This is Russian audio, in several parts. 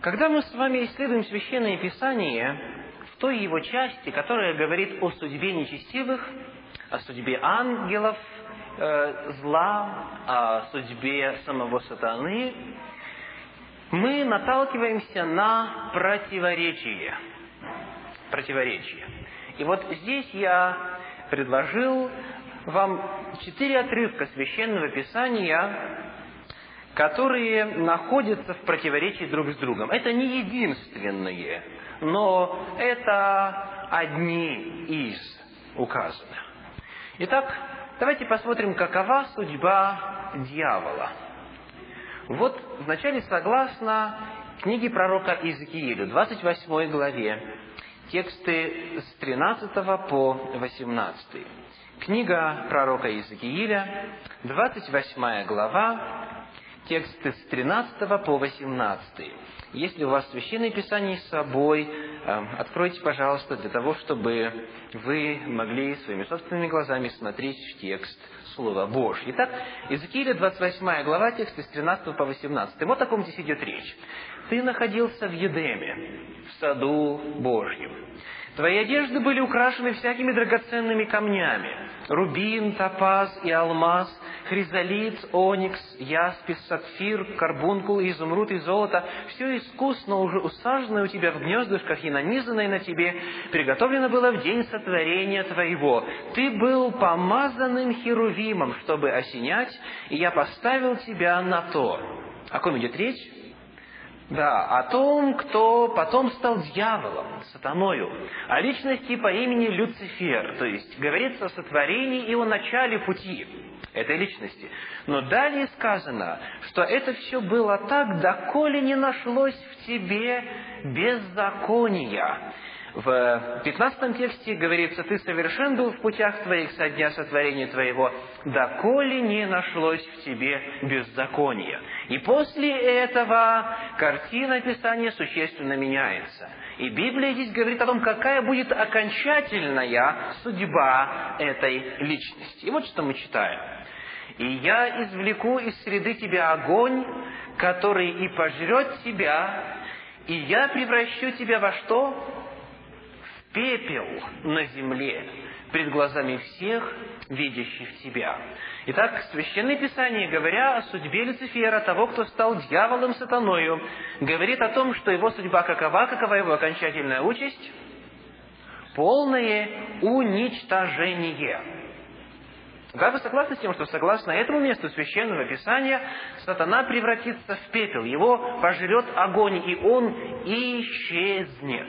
Когда мы с вами исследуем Священное Писание в той его части, которая говорит о судьбе нечестивых, о судьбе ангелов зла, о судьбе самого сатаны, мы наталкиваемся на противоречие. И вот здесь я предложил вам 4 отрывка Священного Писания, которые находятся в противоречии друг с другом. Это не единственные, но это одни из указанных. Итак, давайте посмотрим, какова судьба дьявола. Вот вначале согласно книге пророка Иезекиилю, 28 главе, тексты с 13 по 18. Книга пророка Иезекииля, 28 глава, тексты с 13 по 18. Если у вас Священное Писание с собой, откройте, пожалуйста, для того, чтобы вы могли своими собственными глазами смотреть в текст Слова Божьего. Итак, Иезекииля, 28 глава, тексты с 13 по 18. Вот о ком здесь идет речь. «Ты находился в Едеме, в саду Божьем. Твои одежды были украшены всякими драгоценными камнями: рубин, топаз и алмаз, хризолит, оникс, яспис, сапфир, карбункул, изумруд и золото. Все искусно уже усаженное у тебя в гнездышках и нанизанное на тебе, приготовлено было в день сотворения твоего. Ты был помазанным херувимом, чтобы осенять, и я поставил тебя на то». О ком идет речь? Да, о том, кто потом стал дьяволом, сатаною, о личности по имени Люцифер, то есть говорится о сотворении и о начале пути этой личности. Но далее сказано, что это все было так, доколе не нашлось в тебе беззакония. В 15 тексте говорится: «Ты совершен был в путях твоих со дня сотворения твоего, доколе не нашлось в тебе беззакония». И после этого картина Писания существенно меняется. И Библия здесь говорит о том, какая будет окончательная судьба этой личности. И вот что мы читаем. «И я извлеку из среды тебя огонь, который и пожрет тебя, и я превращу тебя во что? Пепел на земле пред глазами всех, видящих тебя». Итак, Священное Писание, говоря о судьбе Люцифера, того, кто стал дьяволом, сатаною, говорит о том, что его судьба какова его окончательная участь? Полное уничтожение. Да, вы согласны с тем, что согласно этому месту Священного Писания сатана превратится в пепел, его пожрет огонь, и он исчезнет.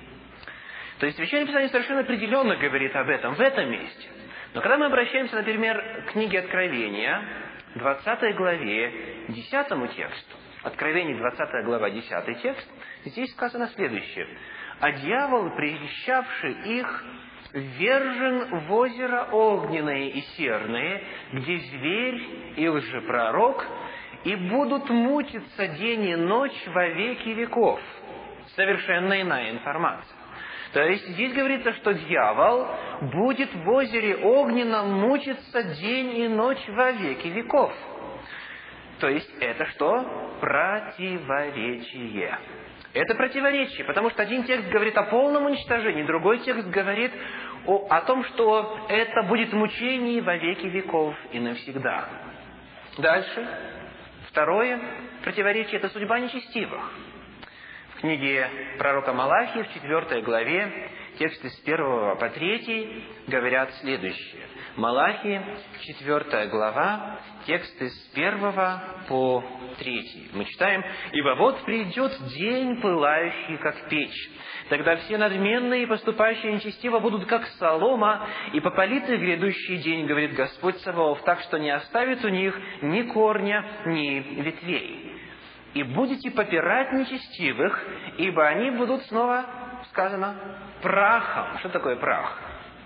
То есть Священное Писание совершенно определенно говорит об этом в этом месте. Но когда мы обращаемся, например, к книге Откровения, 20 главе, 10 тексту, Откровение, 20 глава, 10 текст, здесь сказано следующее: «А дьявол, прельщавший их, ввержен в озеро огненное и серное, где зверь и лжепророк, и будут мучиться день и ночь во веки веков». Совершенно иная информация. То есть здесь говорится, что дьявол будет в озере огненном мучиться день и ночь во веки веков. То есть это что? Противоречие. Это противоречие, потому что один текст говорит о полном уничтожении, другой текст говорит о том, что это будет мучение во веки веков и навсегда. Дальше. Второе противоречие – это судьба нечестивых. В книге пророка Малахии, в 4 главе, тексты с 1 по 3 говорят следующее. Малахии, 4 глава, тексты с 1 по 3. Мы читаем: «Ибо вот придет день, пылающий, как печь. Тогда все надменные и поступающие нечестиво будут, как солома, и попалит их грядущий день, говорит Господь Саваоф, так что не оставит у них ни корня, ни ветвей. И будете попирать нечестивых, ибо они будут снова, сказано, прахом». Что такое прах?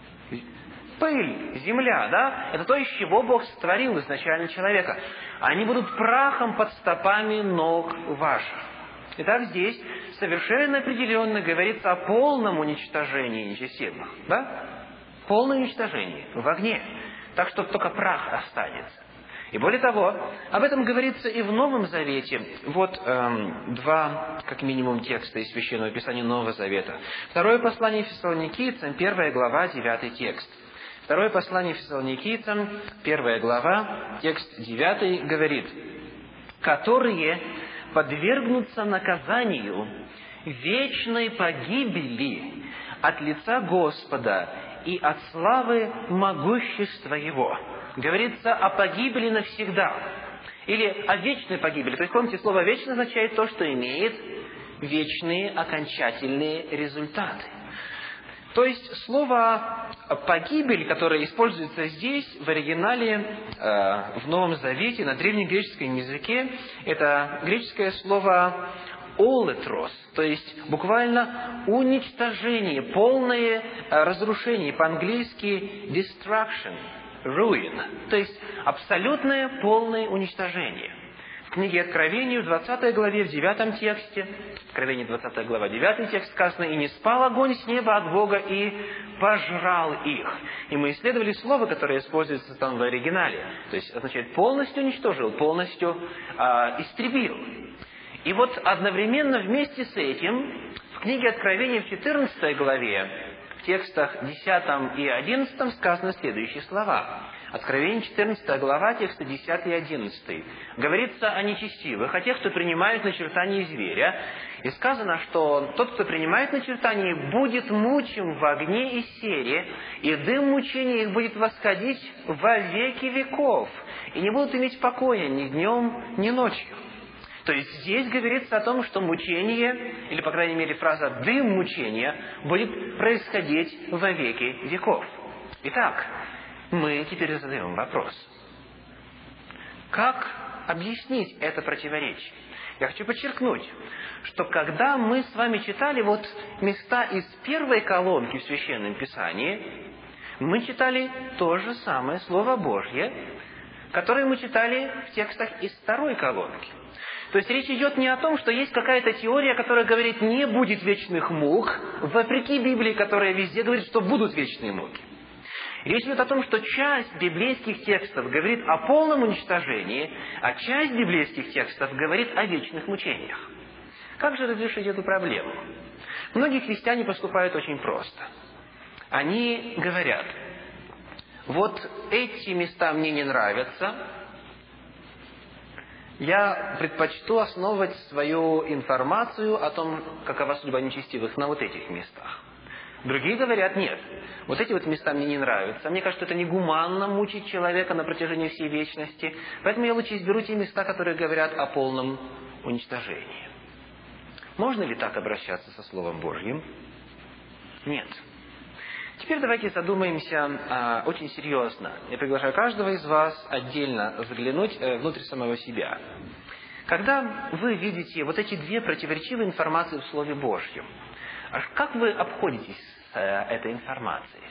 Пыль, земля, да? Это то, из чего Бог сотворил изначально человека. Они будут прахом под стопами ног ваших. Итак, здесь совершенно определенно говорится о полном уничтожении нечестивых, да? Полное уничтожение в огне, так что только прах останется. И более того, об этом говорится и в Новом Завете. Вот два, как минимум, текста из Священного Писания Нового Завета. Второе послание Фессалоникийцам, 1 глава, 9 текст. Второе послание Фессалоникийцам, 1 глава, текст 9 говорит: «Которые подвергнутся наказанию вечной погибели от лица Господа и от славы могущества Его». Говорится о погибели навсегда. Или о вечной погибели. То есть, помните, слово «вечно» означает то, что имеет вечные окончательные результаты. То есть, слово «погибель», которое используется здесь, в оригинале, в Новом Завете, на древнегреческом языке, это греческое слово «олетрос», то есть буквально уничтожение, полное разрушение, по-английски «destruction», «ruin», то есть абсолютное полное уничтожение. В книге Откровения, в 20 главе, в 9 тексте, Откровение 20 глава, 9 текст сказано: «И не спал огонь с неба от Бога, и пожрал их». И мы исследовали слово, которое используется там в оригинале. То есть означает полностью уничтожил, полностью истребил. И вот одновременно вместе с этим в книге Откровения в 14 главе, в текстах 10 и 11 сказаны следующие слова. Откровение 14 глава, тексты 10 и 11. Говорится о нечестивых, о тех, кто принимают начертание зверя. И сказано, что тот, кто принимает начертание, будет мучим в огне и сере, и дым мучения их будет восходить во веки веков, и не будут иметь покоя ни днем, ни ночью. То есть здесь говорится о том, что мучение, или, по крайней мере, фраза «дым мучения» будет происходить во веки веков. Итак, мы теперь задаем вопрос. Как объяснить это противоречие? Я хочу подчеркнуть, что когда мы с вами читали вот места из первой колонки в Священном Писании, мы читали то же самое Слово Божье, которое мы читали в текстах из второй колонки. То есть речь идет не о том, что есть какая-то теория, которая говорит, не будет вечных мук, вопреки Библии, которая везде говорит, что будут вечные муки. Речь идет о том, что часть библейских текстов говорит о полном уничтожении, а часть библейских текстов говорит о вечных мучениях. Как же разрешить эту проблему? Многие христиане поступают очень просто. Они говорят: вот эти места мне не нравятся, я предпочту основывать свою информацию о том, какова судьба нечестивых, на вот этих местах. Другие говорят: нет, вот эти вот места мне не нравятся. Мне кажется, что это негуманно мучить человека на протяжении всей вечности. Поэтому я лучше изберу те места, которые говорят о полном уничтожении. Можно ли так обращаться со Словом Божьим? Нет. Теперь давайте задумаемся очень серьезно. Я приглашаю каждого из вас отдельно заглянуть внутрь самого себя. Когда вы видите вот эти две противоречивые информации в Слове Божьем, как вы обходитесь с этой информацией?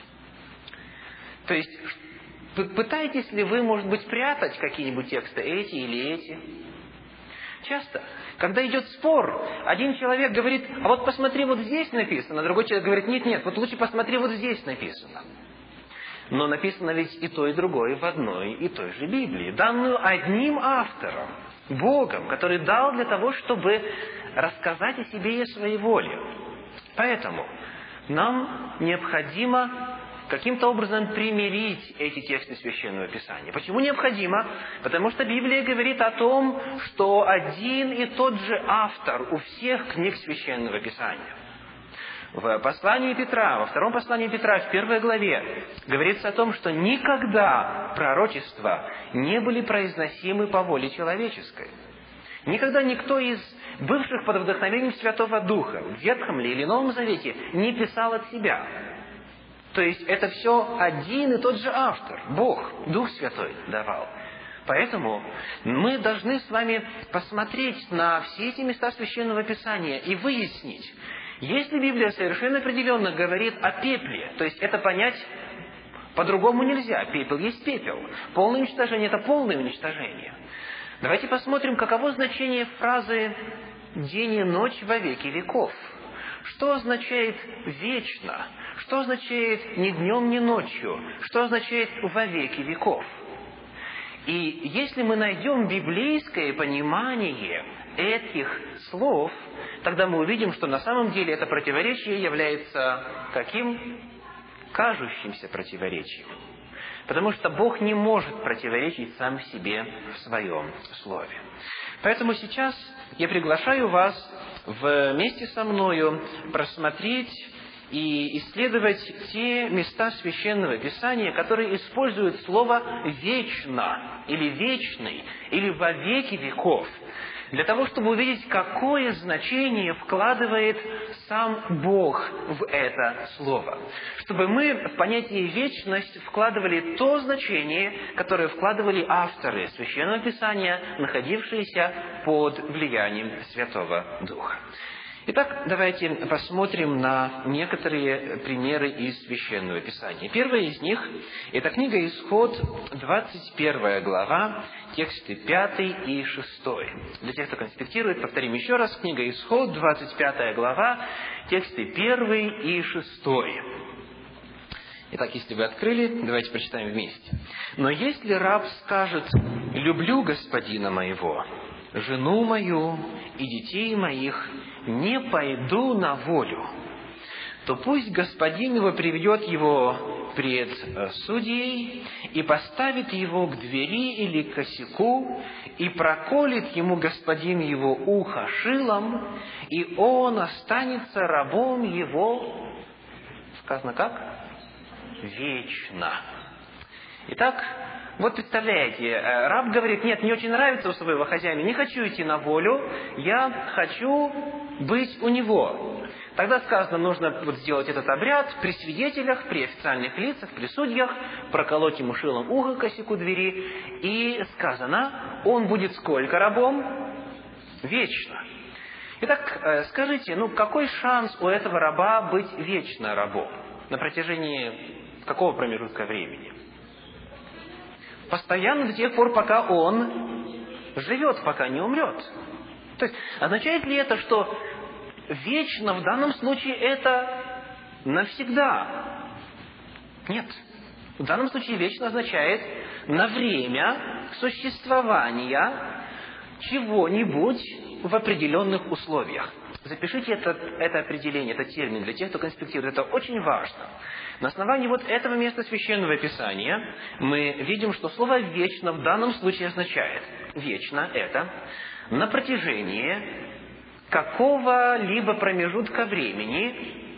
То есть, пытаетесь ли вы, может быть, прятать какие-нибудь тексты, эти или эти? Часто, когда идет спор, один человек говорит: а вот посмотри, вот здесь написано, другой человек говорит: нет, вот лучше посмотри, вот здесь написано. Но написано ведь и то, и другое в одной и той же Библии, данную одним автором, Богом, который дал для того, чтобы рассказать о себе и о своей воле. Поэтому нам необходимо каким-то образом примирить эти тексты Священного Писания. Почему необходимо? Потому что Библия говорит о том, что один и тот же автор у всех книг Священного Писания. В послании Петра, во втором послании Петра, в 1 главе, говорится о том, что никогда пророчества не были произносимы по воле человеческой. Никогда никто из бывших под вдохновением Святого Духа, в Ветхом ли или Новом Завете, не писал от себя. То есть это все один и тот же автор, Бог, Дух Святой давал. Поэтому мы должны с вами посмотреть на все эти места Священного Писания и выяснить, если Библия совершенно определенно говорит о пепле, то есть это понять по-другому нельзя. Пепел есть пепел. Полное уничтожение – это полное уничтожение. Давайте посмотрим, каково значение фразы «день и ночь во веки веков». Что означает «вечно»? Что означает «ни днем, ни ночью»? Что означает «во веки веков»? И если мы найдем библейское понимание этих слов, тогда мы увидим, что на самом деле это противоречие является каким? Кажущимся противоречием. Потому что Бог не может противоречить сам себе в Своем Слове. Поэтому сейчас я приглашаю вас вместе со мною просмотреть и исследовать те места Священного Писания, которые используют слово «вечно» или «вечный» или «во веки веков», для того, чтобы увидеть, какое значение вкладывает сам Бог в это слово. Чтобы мы в понятие «вечность» вкладывали то значение, которое вкладывали авторы Священного Писания, находившиеся под влиянием Святого Духа. Итак, давайте посмотрим на некоторые примеры из Священного Писания. Первый из них – это книга «Исход», 21 глава, тексты 5 и 6. Для тех, кто конспектирует, повторим еще раз. Книга «Исход», 25 глава, тексты 1 и 6. Итак, если вы открыли, давайте прочитаем вместе. «Но если раб скажет: люблю господина моего, жену мою и детей моих, не пойду на волю, то пусть господин его приведет его пред судьей и поставит его к двери или к косяку, и проколет ему господин его ухо шилом, и он останется рабом его». Сказано как? Вечно. Итак, вот представляете, раб говорит: нет, мне очень нравится у своего хозяина, не хочу идти на волю, я хочу быть у него. Тогда сказано, нужно вот сделать этот обряд при свидетелях, при официальных лицах, при судьях, проколоть ему шилом ухо к косяку двери, и сказано, он будет сколько рабом? Вечно. Итак, скажите, какой шанс у этого раба быть вечно рабом? На протяжении какого промежутка времени? Постоянно до тех пор, пока он живет, пока не умрет. То есть, означает ли это, что вечно в данном случае это навсегда? Нет. В данном случае вечно означает на время существования чего-нибудь в определенных условиях. Запишите это определение, этот термин для тех, кто конспектирует. Это очень важно. На основании вот этого места Священного Писания мы видим, что слово «вечно» в данном случае означает «вечно» — это на протяжении какого-либо промежутка времени,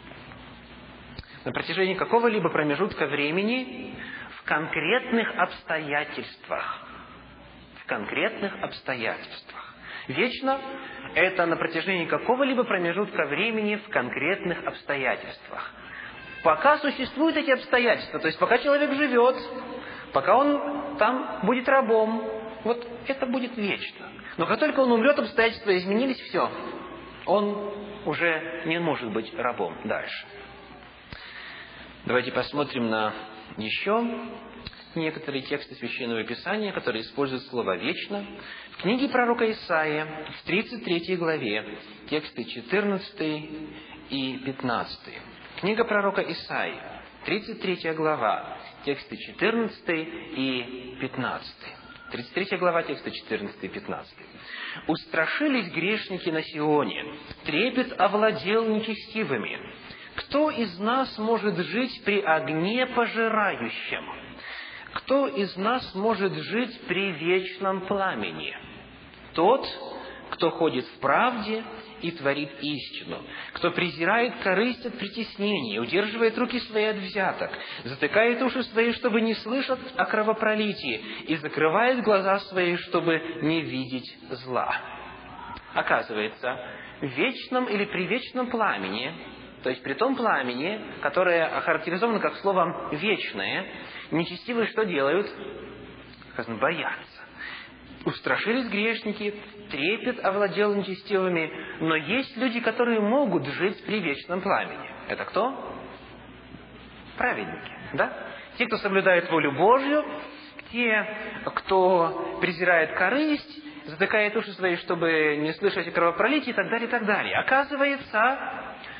в конкретных обстоятельствах. В конкретных обстоятельствах. Вечно – это на протяжении какого-либо промежутка времени в конкретных обстоятельствах. Пока существуют эти обстоятельства, то есть пока человек живет, пока он там будет рабом, вот это будет вечно. Но как только он умрет, обстоятельства изменились, все. Он уже не может быть рабом дальше. Давайте посмотрим на еще некоторые тексты Священного Писания, которые используют слово «вечно». В книге пророка Исаия, в 33 главе, тексты 14 и 15. Книга пророка Исаии, 33 глава, тексты 14 и 15. 33 глава, тексты 14 и 15. «Устрашились грешники на Сионе, трепет овладел нечестивыми. Кто из нас может жить при огне пожирающем? Кто из нас может жить при вечном пламени? Тот, кто ходит в правде и творит истину, кто презирает корысть от притеснений, удерживает руки свои от взяток, затыкает уши свои, чтобы не слышать о кровопролитии, и закрывает глаза свои, чтобы не видеть зла». Оказывается, в вечном или при вечном пламени, то есть при том пламени, которое охарактеризовано как словом «вечное», нечестивые что делают? Сказано, боятся. Устрашились грешники, трепет овладел нечестивыми, но есть люди, которые могут жить при вечном пламени. Это кто? Праведники, да? Те, кто соблюдает волю Божью, те, кто презирает корысть, затыкает уши свои, чтобы не слышать о кровопролитии и так далее, и так далее. Оказывается,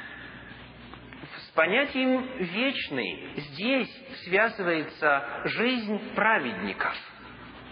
с понятием «вечный» здесь связывается жизнь праведников.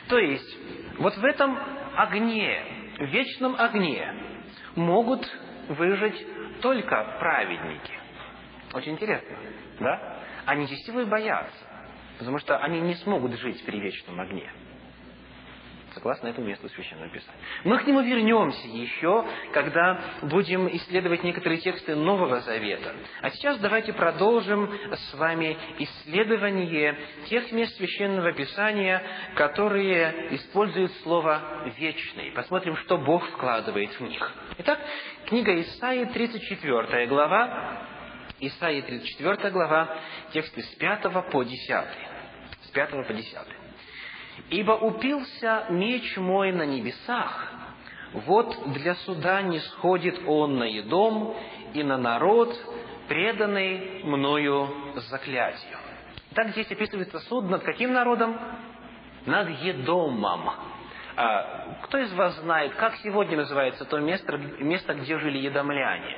То есть, вот в этом огне, в вечном огне, могут выжить только праведники. Очень интересно, да? А нечестивые боятся, потому что они не смогут жить при вечном огне. Согласно этому месту Священного Писания. Мы к нему вернемся еще, когда будем исследовать некоторые тексты Нового Завета. А сейчас давайте продолжим с вами исследование тех мест Священного Писания, которые используют слово «вечный». Посмотрим, что Бог вкладывает в них. Итак, книга Исаии, 34 глава. Исаии, 34 глава, тексты с 5 по 10. С 5 по 10. «Ибо упился меч мой на небесах, вот для суда не сходит он на Едом и на народ, преданный мною заклятию». Так здесь описывается суд над каким народом? Над Едомом. Кто из вас знает, как сегодня называется то место, где жили едомляне?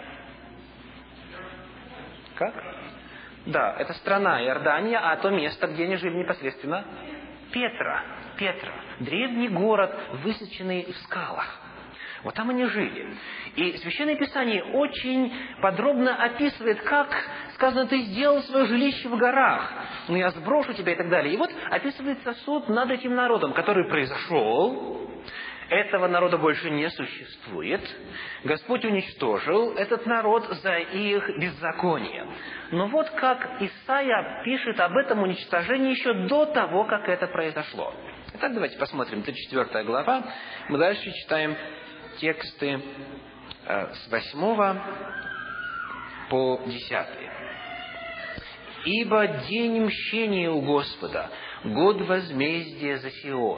Как? Да, это страна Иордания, а то место, где они жили непосредственно? Петра. Древний город, высеченный в скалах. Вот там они жили. И Священное Писание очень подробно описывает, как сказано, ты сделал свое жилище в горах, но я сброшу тебя и так далее. И вот описывается суд над этим народом, который произошел. Этого народа больше не существует. Господь уничтожил этот народ за их беззаконие. Но вот как Исаия пишет об этом уничтожении еще до того, как это произошло. Итак, давайте посмотрим. 34 глава. Мы дальше читаем тексты с 8 по 10. «Ибо день мщения у Господа, год возмездия за Сион.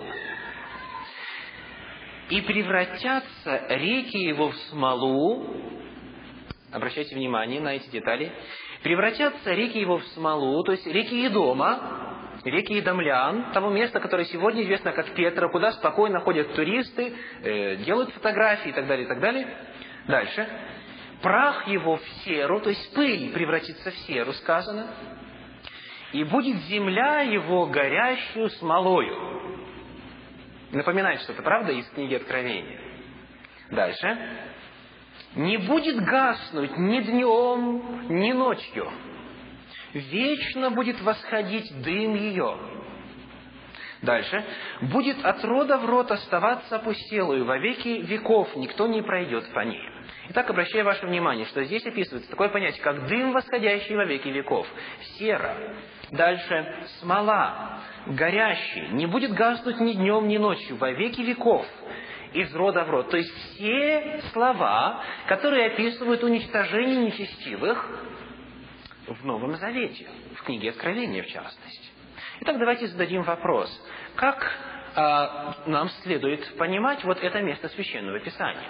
И превратятся реки его в смолу». Обращайте внимание на эти детали. «Превратятся реки его в смолу», то есть реки Едома, реки Едомлян, того места, которое сегодня известно как Петра, куда спокойно ходят туристы, делают фотографии и так далее, и так далее. Дальше. «Прах его в серу», то есть пыль превратится в серу, сказано. «И будет земля его горящую смолою». Напоминает что-то, правда, из книги Откровения. Дальше. «Не будет гаснуть ни днем, ни ночью. Вечно будет восходить дым ее». Дальше. «Будет от рода в род оставаться опустелою, во веки веков никто не пройдет по ней». Итак, обращаю ваше внимание, что здесь описывается такое понятие, как дым, восходящий во веки веков. Сера. Дальше. Смола. Горящий. Не будет гаснуть ни днем, ни ночью, во веки веков. Из рода в род. То есть все слова, которые описывают уничтожение нечестивых в Новом Завете. В книге Откровения, в частности. Итак, давайте зададим вопрос. Как нам следует понимать вот это место Священного Писания?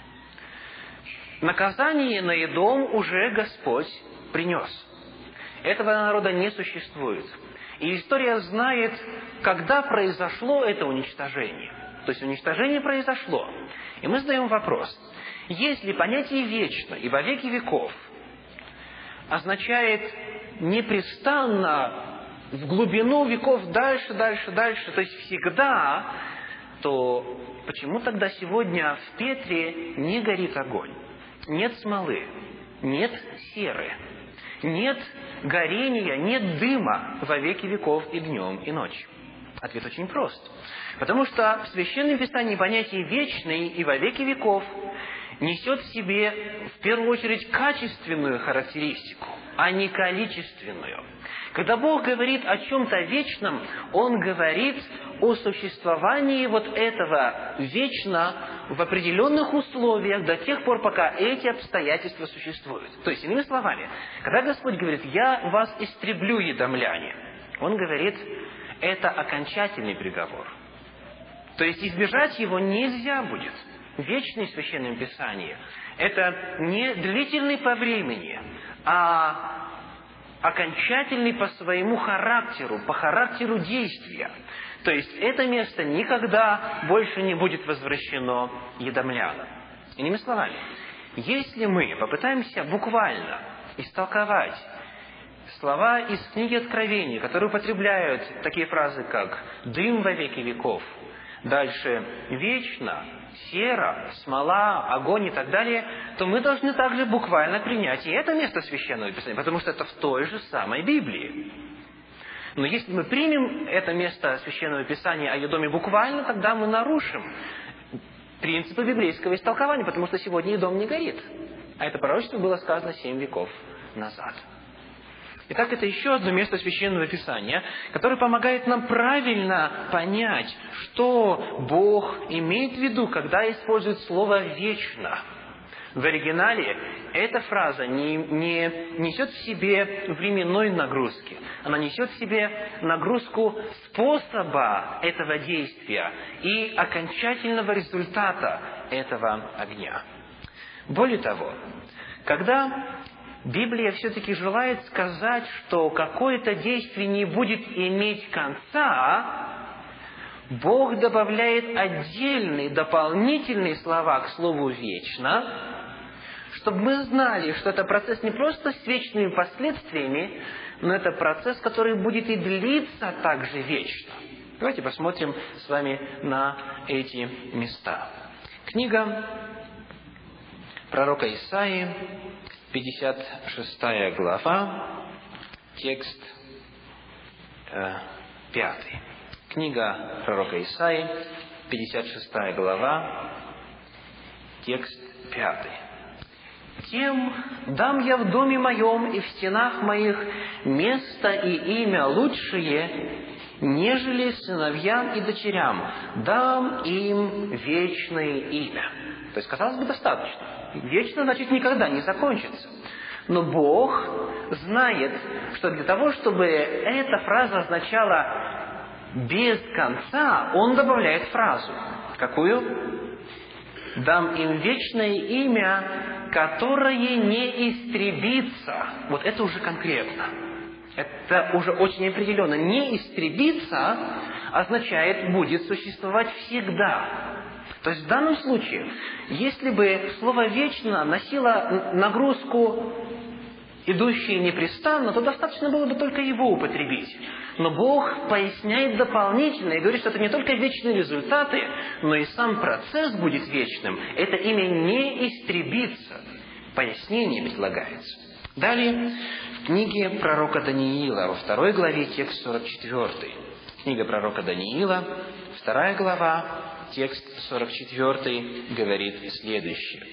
Наказание на Едом уже Господь принес. Этого народа не существует. И история знает, когда произошло это уничтожение. То есть уничтожение произошло. И мы задаем вопрос. Если понятие «вечно» и «во веки веков» означает непрестанно в глубину веков дальше, то есть всегда, то почему тогда сегодня в Петре не горит огонь? Нет смолы, нет серы, нет горения, нет дыма во веки веков и днем, и ночью? Ответ очень прост. Потому что в Священном Писании понятие «вечный» и «во веки веков» несет в себе, в первую очередь, качественную характеристику, а не количественную. Когда Бог говорит о чем-то вечном, Он говорит о существовании вот этого вечно в определенных условиях до тех пор, пока эти обстоятельства существуют. То есть, иными словами, когда Господь говорит «Я вас истреблю, едомляне», Он говорит, это окончательный приговор. То есть, избежать его нельзя будет. Вечный в Священном Писании – это не длительный по времени, а окончательный по своему характеру, по характеру действия. То есть, это место никогда больше не будет возвращено едомлянам. Иными словами, если мы попытаемся буквально истолковать слова из книги Откровения, которые употребляют такие фразы, как «дым во веки веков», дальше «вечно», «сера», «смола», «огонь» и так далее, то мы должны также буквально принять и это место Священного Писания, потому что это в той же самой Библии. Но если мы примем это место Священного Писания о Едоме буквально, тогда мы нарушим принципы библейского истолкования, потому что сегодня Едом не горит. А это пророчество было сказано 7 веков назад. Итак, это еще одно место Священного Писания, которое помогает нам правильно понять, что Бог имеет в виду, когда использует слово «вечно». В оригинале эта фраза не несет в себе временной нагрузки. Она несет в себе нагрузку способа этого действия и окончательного результата этого огня. Более того, когда Библия все-таки желает сказать, что какое-то действие не будет иметь конца, Бог добавляет отдельные, дополнительные слова к слову «вечно», чтобы мы знали, что это процесс не просто с вечными последствиями, но это процесс, который будет и длиться также вечно. Давайте посмотрим с вами на эти места. Книга пророка Исаии, 56 глава, текст 5. Книга пророка Исаии, 56 глава, текст 5. «Тем дам я в доме моем и в стенах моих место и имя лучшие, нежели сыновьям и дочерям, дам им вечное имя». То есть, казалось бы, достаточно. Вечно, значит, никогда не закончится. Но Бог знает, что для того, чтобы эта фраза означала «без конца», Он добавляет фразу. Какую? «Дам им вечное имя, которое не истребится». Вот это уже конкретно. Это уже очень определенно. Не истребиться означает «будет существовать всегда». То есть в данном случае, если бы слово «вечно» носило нагрузку, идущую непрестанно, то достаточно было бы только его употребить. Но Бог поясняет дополнительно и говорит, что это не только вечные результаты, но и сам процесс будет вечным. Это имя не истребится. Пояснение предлагается. Далее, в книге пророка Даниила, во 2 главе, текст 44. Книга пророка Даниила, 2 глава, текст 44 говорит следующее.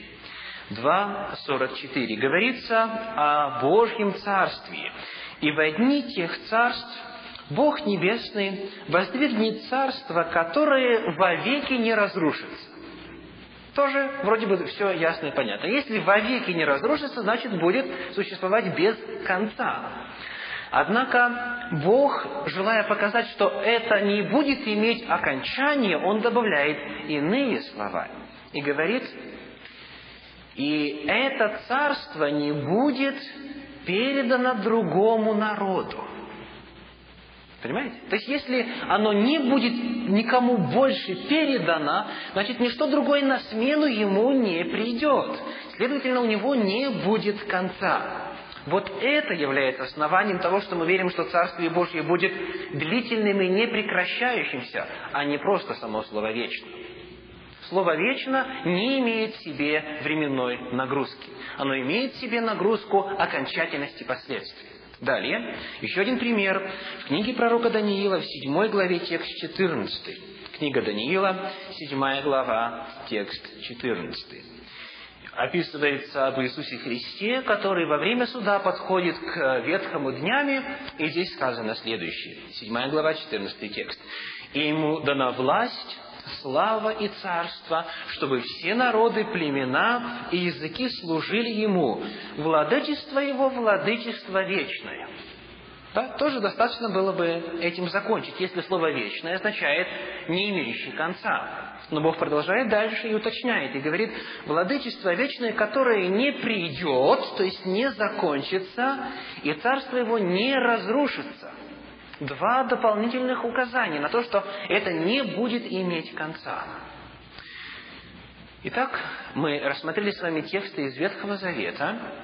2:44. Говорится о Божьем Царстве. «И во дни тех царств Бог Небесный воздвигнет царство, которое вовеки не разрушится». Тоже вроде бы все ясно и понятно. Если вовеки не разрушится, значит будет существовать без конца. Однако Бог, желая показать, что это не будет иметь окончания, Он добавляет иные слова. И говорит: «И это царство не будет передано другому народу». Понимаете? То есть, если оно не будет никому больше передано, значит, ничто другое на смену ему не придет. Следовательно, у него не будет конца. Вот это является основанием того, что мы верим, что Царствие Божье будет длительным и непрекращающимся, а не просто само слово «вечно». Слово «вечно» не имеет в себе временной нагрузки. Оно имеет в себе нагрузку окончательности последствий. Далее, еще один пример. В книге пророка Даниила, в 7 главе, текст 14. Книга Даниила, 7 глава, текст 14. Описывается об Иисусе Христе, который во время суда подходит к ветхому днями, и здесь сказано следующее. 7 глава, 14 текст. «И ему дана власть, слава и царство, чтобы все народы, племена и языки служили ему. Владычество его, владычество вечное». Да, тоже достаточно было бы этим закончить, если слово «вечное» означает «не имеющий конца». Но Бог продолжает дальше и уточняет, и говорит: «Владычество вечное, которое не придет, то есть не закончится, и царство его не разрушится». Два дополнительных указания на то, что это не будет иметь конца. Итак, мы рассмотрели с вами тексты из Ветхого Завета,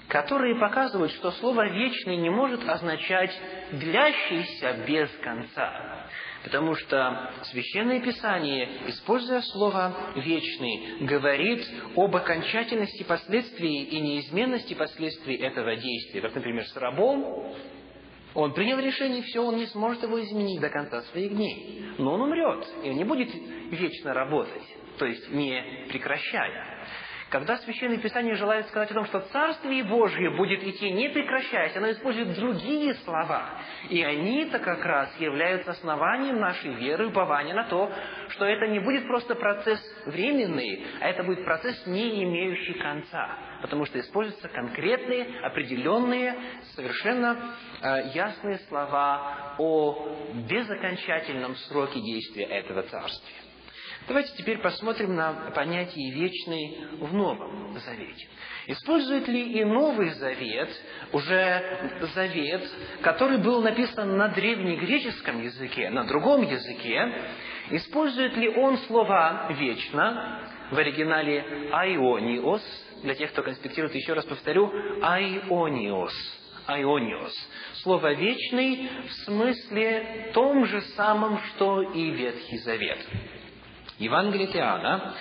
которые показывают, что слово «вечный» не может означать «длящийся без конца». Потому что Священное Писание, используя слово «вечный», говорит об окончательности последствий и неизменности последствий этого действия. Как, например, с рабом. Он принял решение, все, он не сможет его изменить до конца своих дней. Но он умрет, и он не будет вечно работать, то есть не прекращая. Когда Священное Писание желает сказать о том, что Царствие Божье будет идти не прекращаясь, оно использует другие слова. И они-то как раз являются основанием нашей веры, упования на то, что это не будет просто процесс временный, а это будет процесс, не имеющий конца. Потому что используются конкретные, определенные, совершенно ясные слова о безокончательном сроке действия этого Царствия. Давайте теперь посмотрим на понятие «вечный» в Новом Завете. Использует ли и Новый Завет, уже Завет, который был написан на древнегреческом языке, на другом языке, использует ли он слова «вечно», в оригинале «айониос», для тех, кто конспектирует, еще раз повторю, «айониос», «айониос». Слово «вечный» в смысле том же самом, что и Ветхий Завет. Евангелие от Иоанна,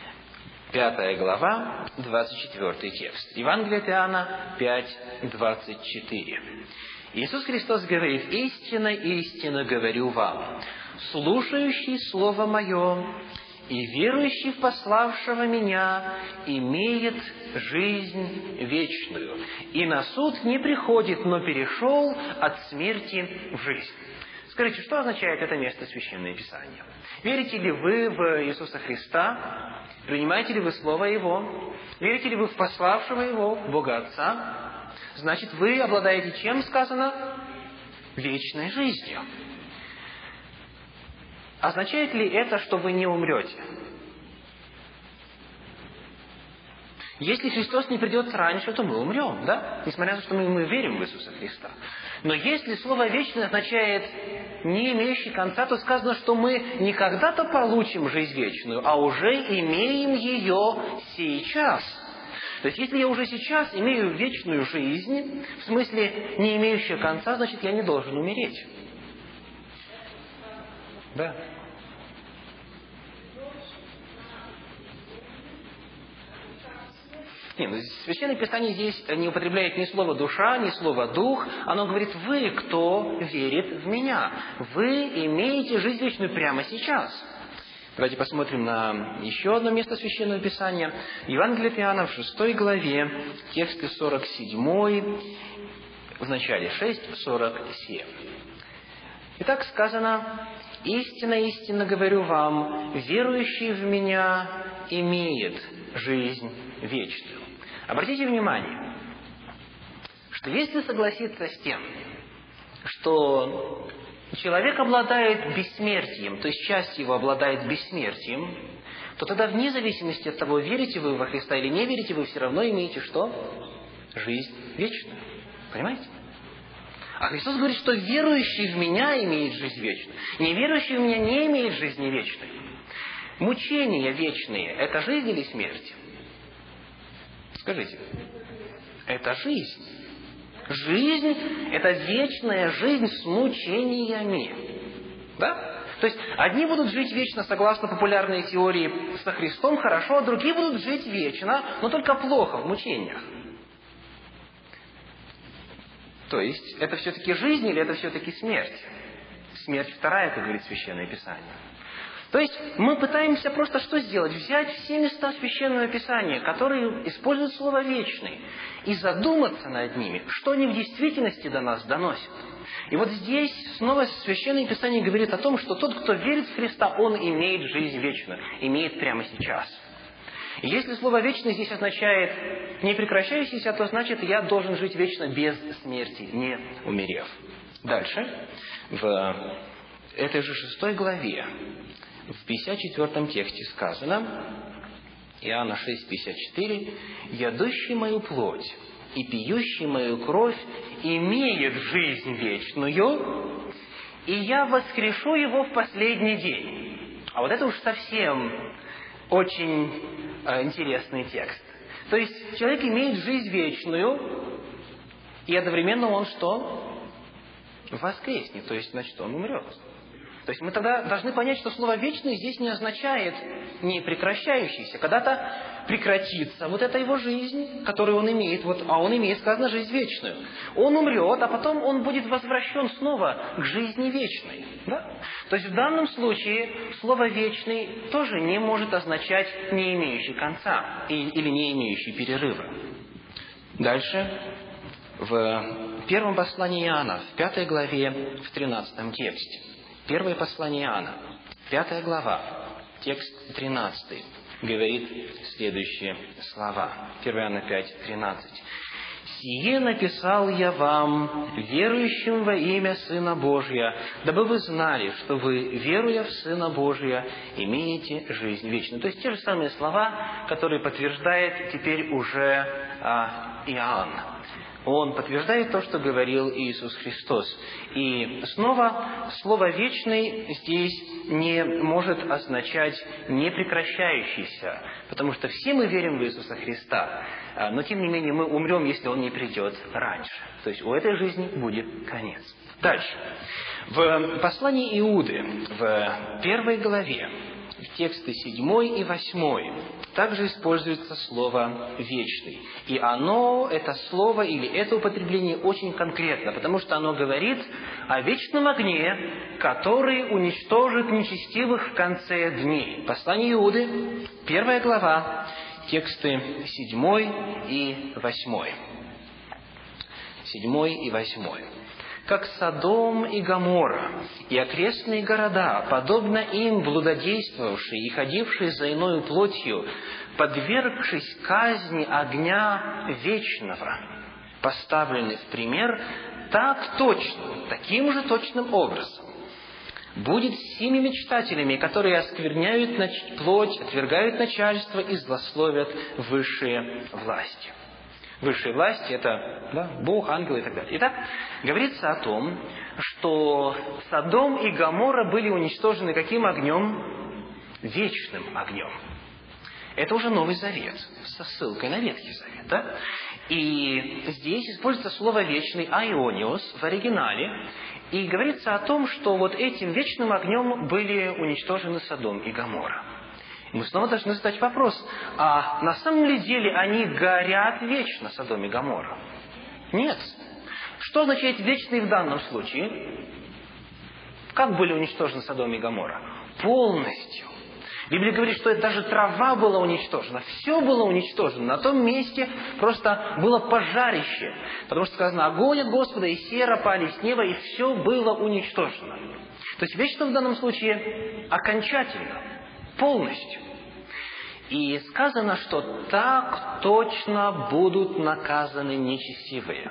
5 глава, 24 текст. Евангелие от Иоанна 5, 24. Иисус Христос говорит: «Истинно, истинно говорю вам, слушающий Слово Мое и верующий в пославшего Меня имеет жизнь вечную, и на суд не приходит, но перешел от смерти в жизнь». Скажите, что означает это место Священного Писания? Верите ли вы в Иисуса Христа? Принимаете ли вы Слово Его? Верите ли вы в пославшего Его, Бога Отца? Значит, вы обладаете чем сказано? Вечной жизнью. Означает ли это, что вы не умрете? Если Христос не придет раньше, то мы умрем, да? Несмотря на то, что мы верим в Иисуса Христа. Но если слово «вечный» означает «не имеющий конца», то сказано, что мы не когда-то получим жизнь вечную, а уже имеем ее сейчас. То есть, если я уже сейчас имею вечную жизнь, в смысле не имеющая конца, значит, я не должен умереть. Да. Нет, Священное Писание здесь не употребляет ни слово «душа», ни слово «дух». Оно говорит: «Вы, кто верит в Меня, вы имеете жизнь вечную прямо сейчас». Давайте посмотрим на еще одно место Священного Писания. Евангелие от Иоанна в 6 главе, тексты 47, в начале 6:47. Итак, сказано: «Истинно, истинно говорю вам, верующий в Меня имеет жизнь вечную». Обратите внимание, что если согласиться с тем, что человек обладает бессмертием, то есть часть его обладает бессмертием, то тогда вне зависимости от того, верите вы во Христа или не верите, вы все равно имеете что? Жизнь вечную. Понимаете? А Христос говорит, что верующий в Меня имеет жизнь вечную. Неверующий в Меня не имеет жизни вечной. Мучения вечные – это жизнь или смерть? Скажите. Это жизнь. Жизнь – это вечная жизнь с мучениями. Да? То есть, одни будут жить вечно, согласно популярной теории, со Христом хорошо, а другие будут жить вечно, но только плохо, в мучениях. То есть, это все-таки жизнь или это все-таки смерть? Смерть вторая, как говорит Священное Писание. То есть, мы пытаемся просто что сделать? Взять все места Священного Писания, которые используют слово «вечный», и задуматься над ними, что они в действительности до нас доносят. И вот здесь снова Священное Писание говорит о том, что тот, кто верит в Христа, он имеет жизнь вечную, имеет прямо сейчас. И если слово «вечный» здесь означает «не прекращающийся», то значит, я должен жить вечно без смерти, не умерев. Дальше, в этой же 6 главе, в 54 тексте сказано, Иоанна 6:54, «Ядущий мою плоть и пьющий мою кровь имеет жизнь вечную, и я воскрешу его в последний день». А вот это уж совсем очень интересный текст. То есть человек имеет жизнь вечную, и одновременно он что? Воскреснет, то есть, значит, он умрет. То есть мы тогда должны понять, что слово «вечный» здесь не означает не прекращающийся. Когда-то прекратится вот эта его жизнь, которую он имеет, а он имеет, сказано, жизнь вечную. Он умрет, а потом он будет возвращен снова к жизни вечной. Да? То есть в данном случае слово «вечный» тоже не может означать «не имеющий конца» или «не имеющий перерыва». Дальше, в первом послании Иоанна, в 5 главе, в 13 тексте. Первое послание Иоанна, 5 глава, текст 13, говорит следующие слова. 1 Иоанна 5, 13. «Сие написал я вам, верующим во имя Сына Божия, дабы вы знали, что вы, веруя в Сына Божия, имеете жизнь вечную». То есть те же самые слова, которые подтверждает теперь уже Иоанн. Он подтверждает то, что говорил Иисус Христос. И снова слово «вечный» здесь не может означать «непрекращающийся», потому что все мы верим в Иисуса Христа, но тем не менее мы умрем, если Он не придет раньше. То есть у этой жизни будет конец. Дальше. В послании Иуды, в 1 главе, в тексты 7 и 8, также используется слово «вечный». И оно, это слово или это употребление очень конкретно, потому что оно говорит о вечном огне, который уничтожит нечестивых в конце дней. Послание Иуды, 1 глава, тексты 7 и 8. 7 и 8. «Как Содом и Гоморра и окрестные города, подобно им блудодействовавшие и ходившие за иною плотью, подвергшись казни огня вечного, поставлены в пример, так точно, таким же точным образом будет с теми мечтателями, которые оскверняют плоть, отвергают начальство и злословят высшие власти». Высшие власти – это Бог, ангелы и так далее. Итак, говорится о том, что Содом и Гоморра были уничтожены каким огнем? Вечным огнем. Это уже Новый Завет, со ссылкой на Ветхий Завет. Да? И здесь используется слово «вечный» «айониос» в оригинале. И говорится о том, что вот этим вечным огнем были уничтожены Содом и Гоморра. Мы снова должны задать вопрос, а на самом ли деле они горят вечно, Содом и Гоморра? Нет. Что означает «вечный» в данном случае? Как были уничтожены Содом и Гоморра? Полностью. Библия говорит, что даже трава была уничтожена, все было уничтожено. На том месте просто было пожарище. Потому что сказано, огонь от Господа и сера пали с неба, и все было уничтожено. То есть вечно в данном случае окончательно, полностью. И сказано, что так точно будут наказаны нечестивые.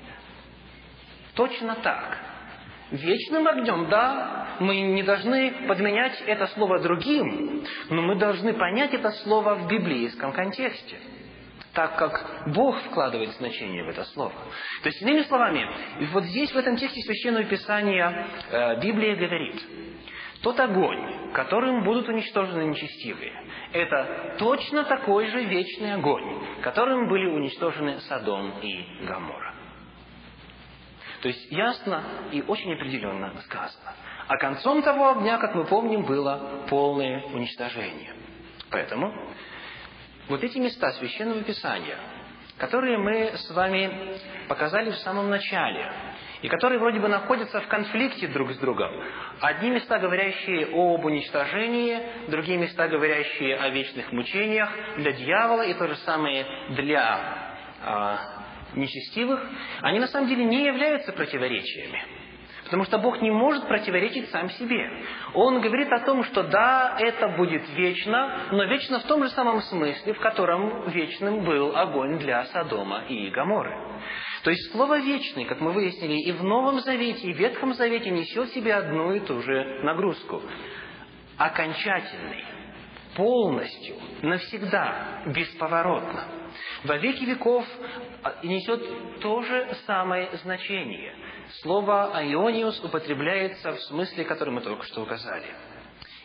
Точно так. Вечным огнем, да, мы не должны подменять это слово другим, но мы должны понять это слово в библейском контексте, так как Бог вкладывает значение в это слово. То есть, иными словами, вот здесь, в этом тексте Священного Писания, Библия говорит, тот огонь, которым будут уничтожены нечестивые, это точно такой же вечный огонь, которым были уничтожены Содом и Гоморра. То есть ясно и очень определенно сказано. А концом того огня, как мы помним, было полное уничтожение. Поэтому вот эти места Священного Писания, которые мы с вами показали в самом начале, и которые вроде бы находятся в конфликте друг с другом. Одни места, говорящие об уничтожении, другие места, говорящие о вечных мучениях для дьявола, и то же самое для нечестивых, они на самом деле не являются противоречиями. Потому что Бог не может противоречить сам себе. Он говорит о том, что да, это будет вечно, но вечно в том же самом смысле, в котором вечным был огонь для Содома и Гоморры. То есть слово «вечный», как мы выяснили, и в Новом Завете, и в Ветхом Завете несет в себе одну и ту же нагрузку. Окончательный, полностью, навсегда, бесповоротно. Во веки веков несет то же самое значение. Слово «айониос» употребляется в смысле, который мы только что указали.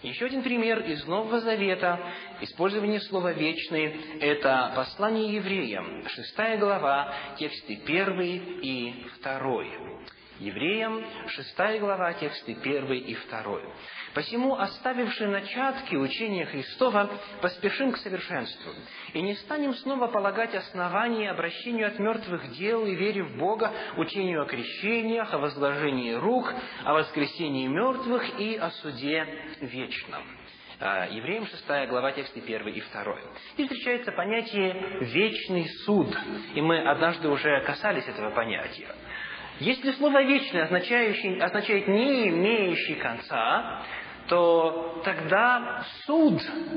Еще один пример из Нового Завета, использование слова «вечный», это послание евреям, 6 глава, тексты 1 и 2. Евреям, 6 глава, тексты 1 и 2. «Посему, оставивши начатки учения Христова, поспешим к совершенству, и не станем снова полагать основания обращению от мертвых дел и вере в Бога, учению о крещениях, о возложении рук, о воскресении мертвых и о суде вечном». Евреям 6 глава, тексты 1 и 2. Здесь встречается понятие «вечный суд», и мы однажды уже касались этого понятия. Если слово «вечный» означает «не имеющий конца», то тогда суд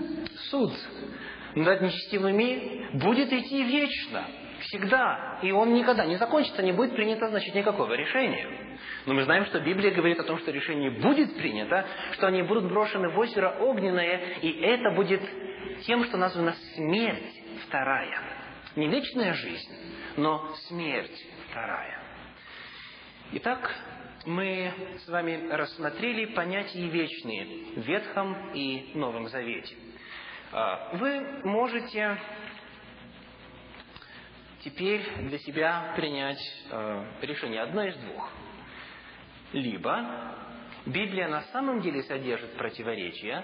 над нечестивыми будет идти вечно, всегда, и он никогда не закончится, не будет принято, значит, никакого решения. Но мы знаем, что Библия говорит о том, что решение будет принято, что они будут брошены в озеро огненное, и это будет тем, что названо смерть вторая. Не вечная жизнь, но смерть вторая. Итак, мы с вами рассмотрели понятия вечные в Ветхом и Новом Завете. Вы можете теперь для себя принять решение одно из двух. Либо Библия на самом деле содержит противоречия.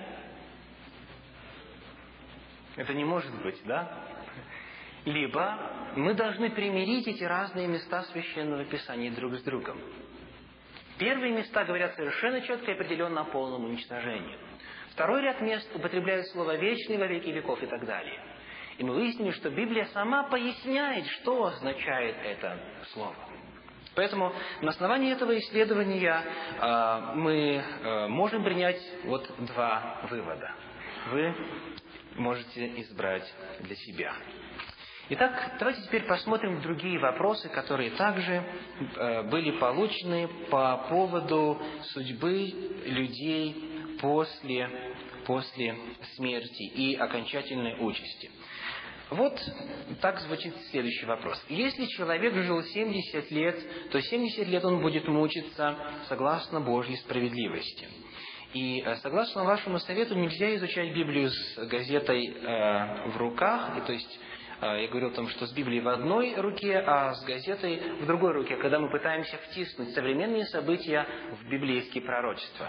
Это не может быть, да? Либо мы должны примирить эти разные места Священного Писания друг с другом. Первые места говорят совершенно четко и определенно о полном уничтожении. Второй ряд мест употребляет слово «вечный во веки веков» и так далее. И мы выяснили, что Библия сама поясняет, что означает это слово. Поэтому на основании этого исследования мы можем принять вот два вывода. Вы можете избрать для себя. Итак, давайте теперь посмотрим другие вопросы, которые также были получены по поводу судьбы людей после смерти и окончательной участи. Вот так звучит следующий вопрос. Если человек жил 70 лет, то 70 лет он будет мучиться согласно Божьей справедливости. И согласно вашему совету нельзя изучать Библию с газетой в руках, то есть я говорил о том, что с Библией в одной руке, а с газетой в другой руке, когда мы пытаемся втиснуть современные события в библейские пророчества.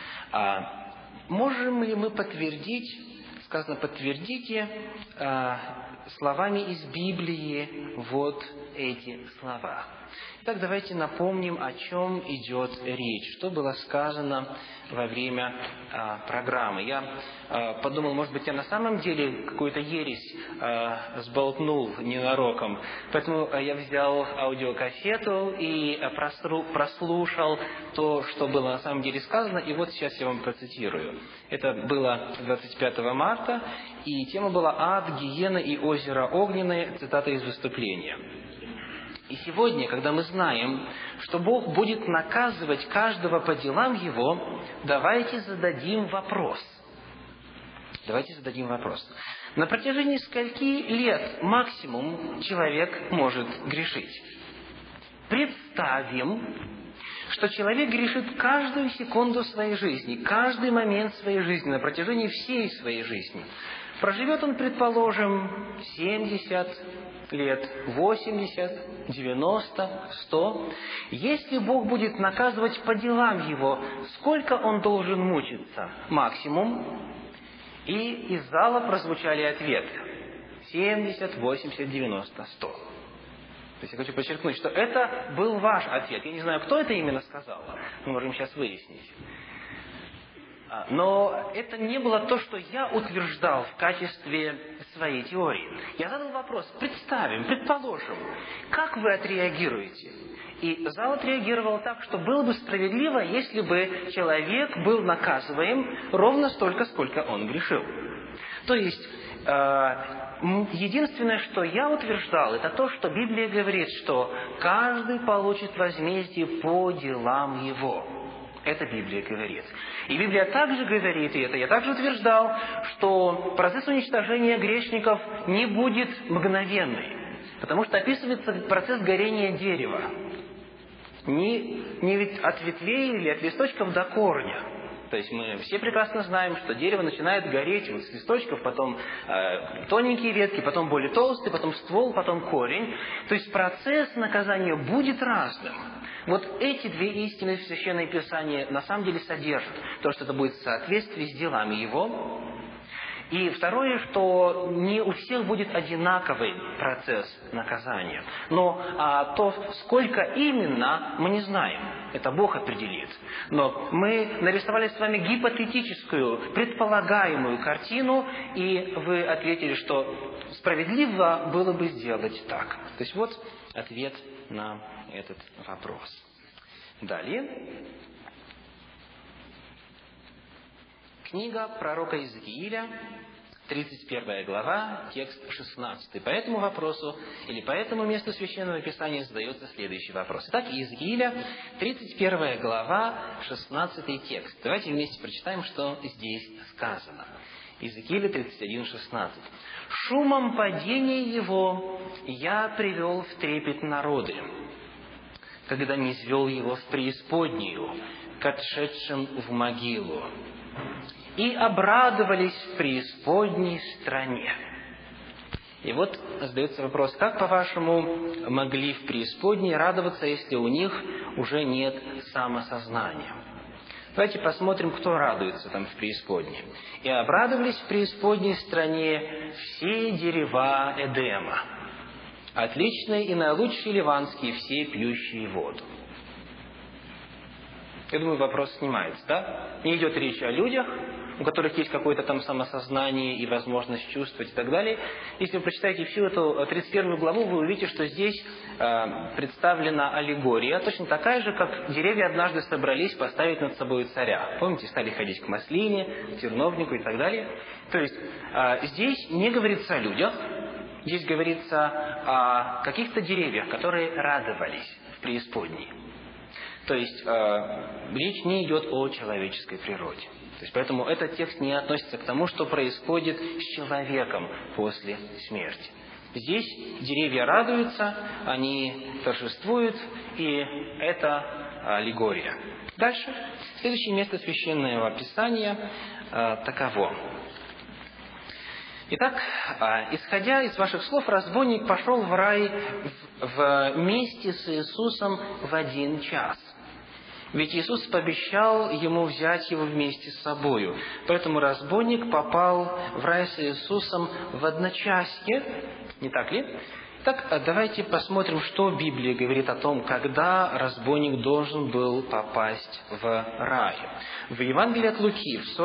Можем ли мы подтвердить, сказано, подтвердите словами из Библии вот эти слова. Итак, давайте напомним, о чем идет речь, что было сказано во время программы. Я подумал, может быть, я на самом деле какую-то ересь сболтнул ненароком, поэтому я взял аудиокассету и прослушал то, что было на самом деле сказано, и вот сейчас я вам процитирую. Это было 25 марта, и тема была «Ад, гиена и озеро огненное», цитата из выступления. И сегодня, когда мы знаем, что Бог будет наказывать каждого по делам его, давайте зададим вопрос. На протяжении скольки лет максимум человек может грешить? Представим, что человек грешит каждую секунду своей жизни, каждый момент своей жизни, на протяжении всей своей жизни. Проживет он, предположим, 70 лет, 80, 90, 100. Если Бог будет наказывать по делам его, сколько он должен мучиться? Максимум. И из зала прозвучали ответы. 70, 80, 90, 100. То есть я хочу подчеркнуть, что это был ваш ответ. Я не знаю, кто это именно сказал. Мы можем сейчас выяснить. Но это не было то, что я утверждал в качестве своей теории. Я задал вопрос, предположим, как вы отреагируете? И зал отреагировал так, что было бы справедливо, если бы человек был наказываем ровно столько, сколько он грешил. То есть, единственное, что я утверждал, это то, что Библия говорит, что каждый получит возмездие по делам его. Это Библия говорит. И Библия также говорит, и это я также утверждал, что процесс уничтожения грешников не будет мгновенный, потому что описывается процесс горения дерева. Не от ветвей или от листочков до корня. То есть мы все прекрасно знаем, что дерево начинает гореть вот с листочков, потом тоненькие ветки, потом более толстые, потом ствол, потом корень. То есть процесс наказания будет разным. Вот эти две истины Священное Писание на самом деле содержат. То, что это будет в соответствии с делами его. И второе, что не у всех будет одинаковый процесс наказания. Но то, сколько именно, мы не знаем. Это Бог определит. Но мы нарисовали с вами гипотетическую, предполагаемую картину, и вы ответили, что справедливо было бы сделать так. То есть вот ответ на этот вопрос. Далее. Книга пророка Иезекииля, 31 глава, текст 16. По этому вопросу, или по этому месту Священного Писания задается следующий вопрос. Итак, Иезекииля, 31 глава, 16 текст. Давайте вместе прочитаем, что здесь сказано. Иезекииля 31:16. «Шумом падения его я привел в трепет народы, когда не низвел его в преисподнюю, к отшедшим в могилу. И обрадовались в преисподней стране». И вот задается вопрос, как, по-вашему, могли в преисподней радоваться, если у них уже нет самосознания? Давайте посмотрим, кто радуется там в преисподней. «И обрадовались в преисподней стране все дерева Эдема, отличные и наилучшие ливанские, все пьющие воду». Я думаю, вопрос снимается, да? Не идет речь о людях, у которых есть какое-то там самосознание и возможность чувствовать и так далее. Если вы прочитаете всю эту 31 главу, вы увидите, что здесь представлена аллегория, точно такая же, как деревья однажды собрались поставить над собой царя. Помните, стали ходить к маслине, к терновнику и так далее. То есть здесь не говорится о людях, здесь говорится о каких-то деревьях, которые радовались в преисподней. То есть речь не идет о человеческой природе. То есть, поэтому этот текст не относится к тому, что происходит с человеком после смерти. Здесь деревья радуются, они торжествуют, и это аллегория. Дальше. Следующее место Священного Писания таково. Итак, исходя из ваших слов, разбойник пошел в рай вместе с Иисусом в 1 час. Ведь Иисус пообещал ему взять его вместе с собою. Поэтому разбойник попал в рай с Иисусом в одночасье. Не так ли? Так, давайте посмотрим, что Библия говорит о том, когда разбойник должен был попасть в рай. В Евангелии от Луки, в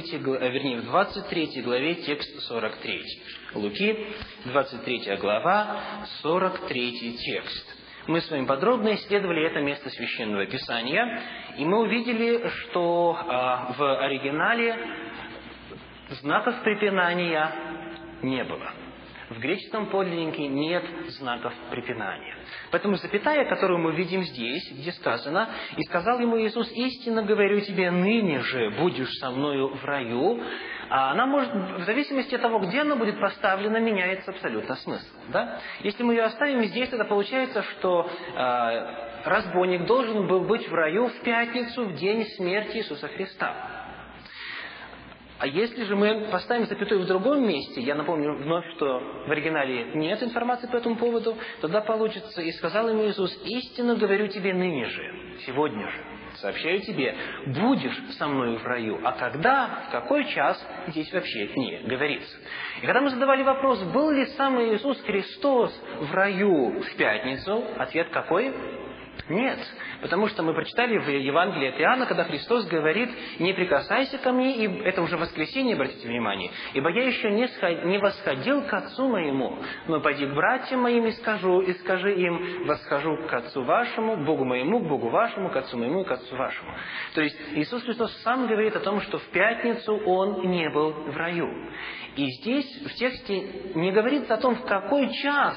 23 главе, текст 43. Луки, 23 глава, 43 текст. Мы с вами подробно исследовали это место Священного Писания, и мы увидели, что в оригинале знаков препинания не было. В греческом подлиннике нет знаков препинания. Поэтому запятая, которую мы видим здесь, где сказано: «И сказал ему Иисус: истинно говорю тебе, ныне же будешь со мною в раю», она может, в зависимости от того, где она будет поставлена, меняется абсолютно смысл. Да? Если мы ее оставим здесь, тогда получается, что разбойник должен был быть в раю в пятницу, в день смерти Иисуса Христа. А если же мы поставим запятую в другом месте, я напомню вновь, что в оригинале нет информации по этому поводу, тогда получится: «И сказал ему Иисус: истинно говорю тебе, ныне же, сегодня же, сообщаю тебе, будешь со мною в раю». А когда, в какой час, здесь вообще не говорится. И когда мы задавали вопрос, был ли сам Иисус Христос в раю в пятницу, ответ какой? Нет. Потому что мы прочитали в Евангелии от Иоанна, когда Христос говорит: «Не прикасайся ко мне», и это уже воскресенье, обратите внимание, «ибо я еще не восходил к Отцу моему, но пойди к братьям моим и скажи им: восхожу к Отцу вашему, к Богу моему, к Богу вашему, к Отцу моему и к Отцу вашему». То есть Иисус Христос сам говорит о том, что в пятницу Он не был в раю. И здесь в тексте не говорится о том, в какой час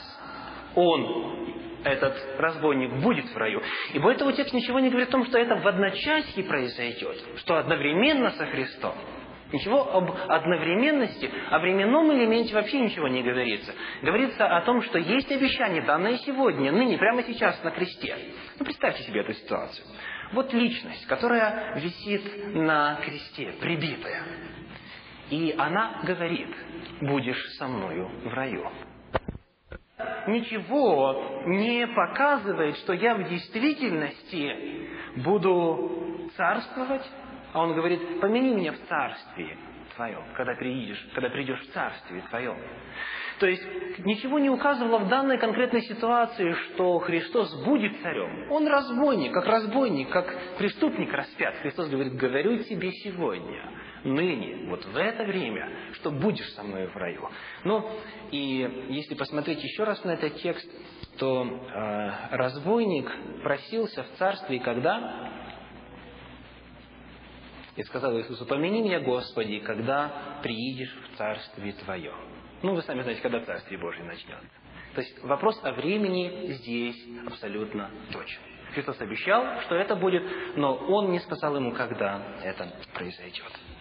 этот разбойник будет в раю. И более того, текст ничего не говорит о том, что это в одночасье произойдет, что одновременно со Христом. Ничего об одновременности, о временном элементе вообще ничего не говорится. Говорится о том, что есть обещание, данное сегодня, ныне, прямо сейчас на кресте. Ну, представьте себе эту ситуацию. Вот личность, которая висит на кресте, прибитая. И она говорит: будешь со мною в раю. Ничего не показывает, что я в действительности буду царствовать. А он говорит: помяни меня в царстве твоем, когда придешь в царствие твоем. То есть ничего не указывало в данной конкретной ситуации, что Христос будет царем. Он разбойник, как преступник распят. Христос говорит: говорю тебе сегодня, ныне, вот в это время, что будешь со мной в раю. Ну, и если посмотреть еще раз на этот текст, то разбойник просился в царстве когда? И сказал Иисусу: помяни меня, Господи, когда приидешь в царствие Твое. Ну, вы сами знаете, когда Царствие Божие начнется. То есть вопрос о времени здесь абсолютно точен. Христос обещал, что это будет, но Он не сказал ему, когда это произойдет.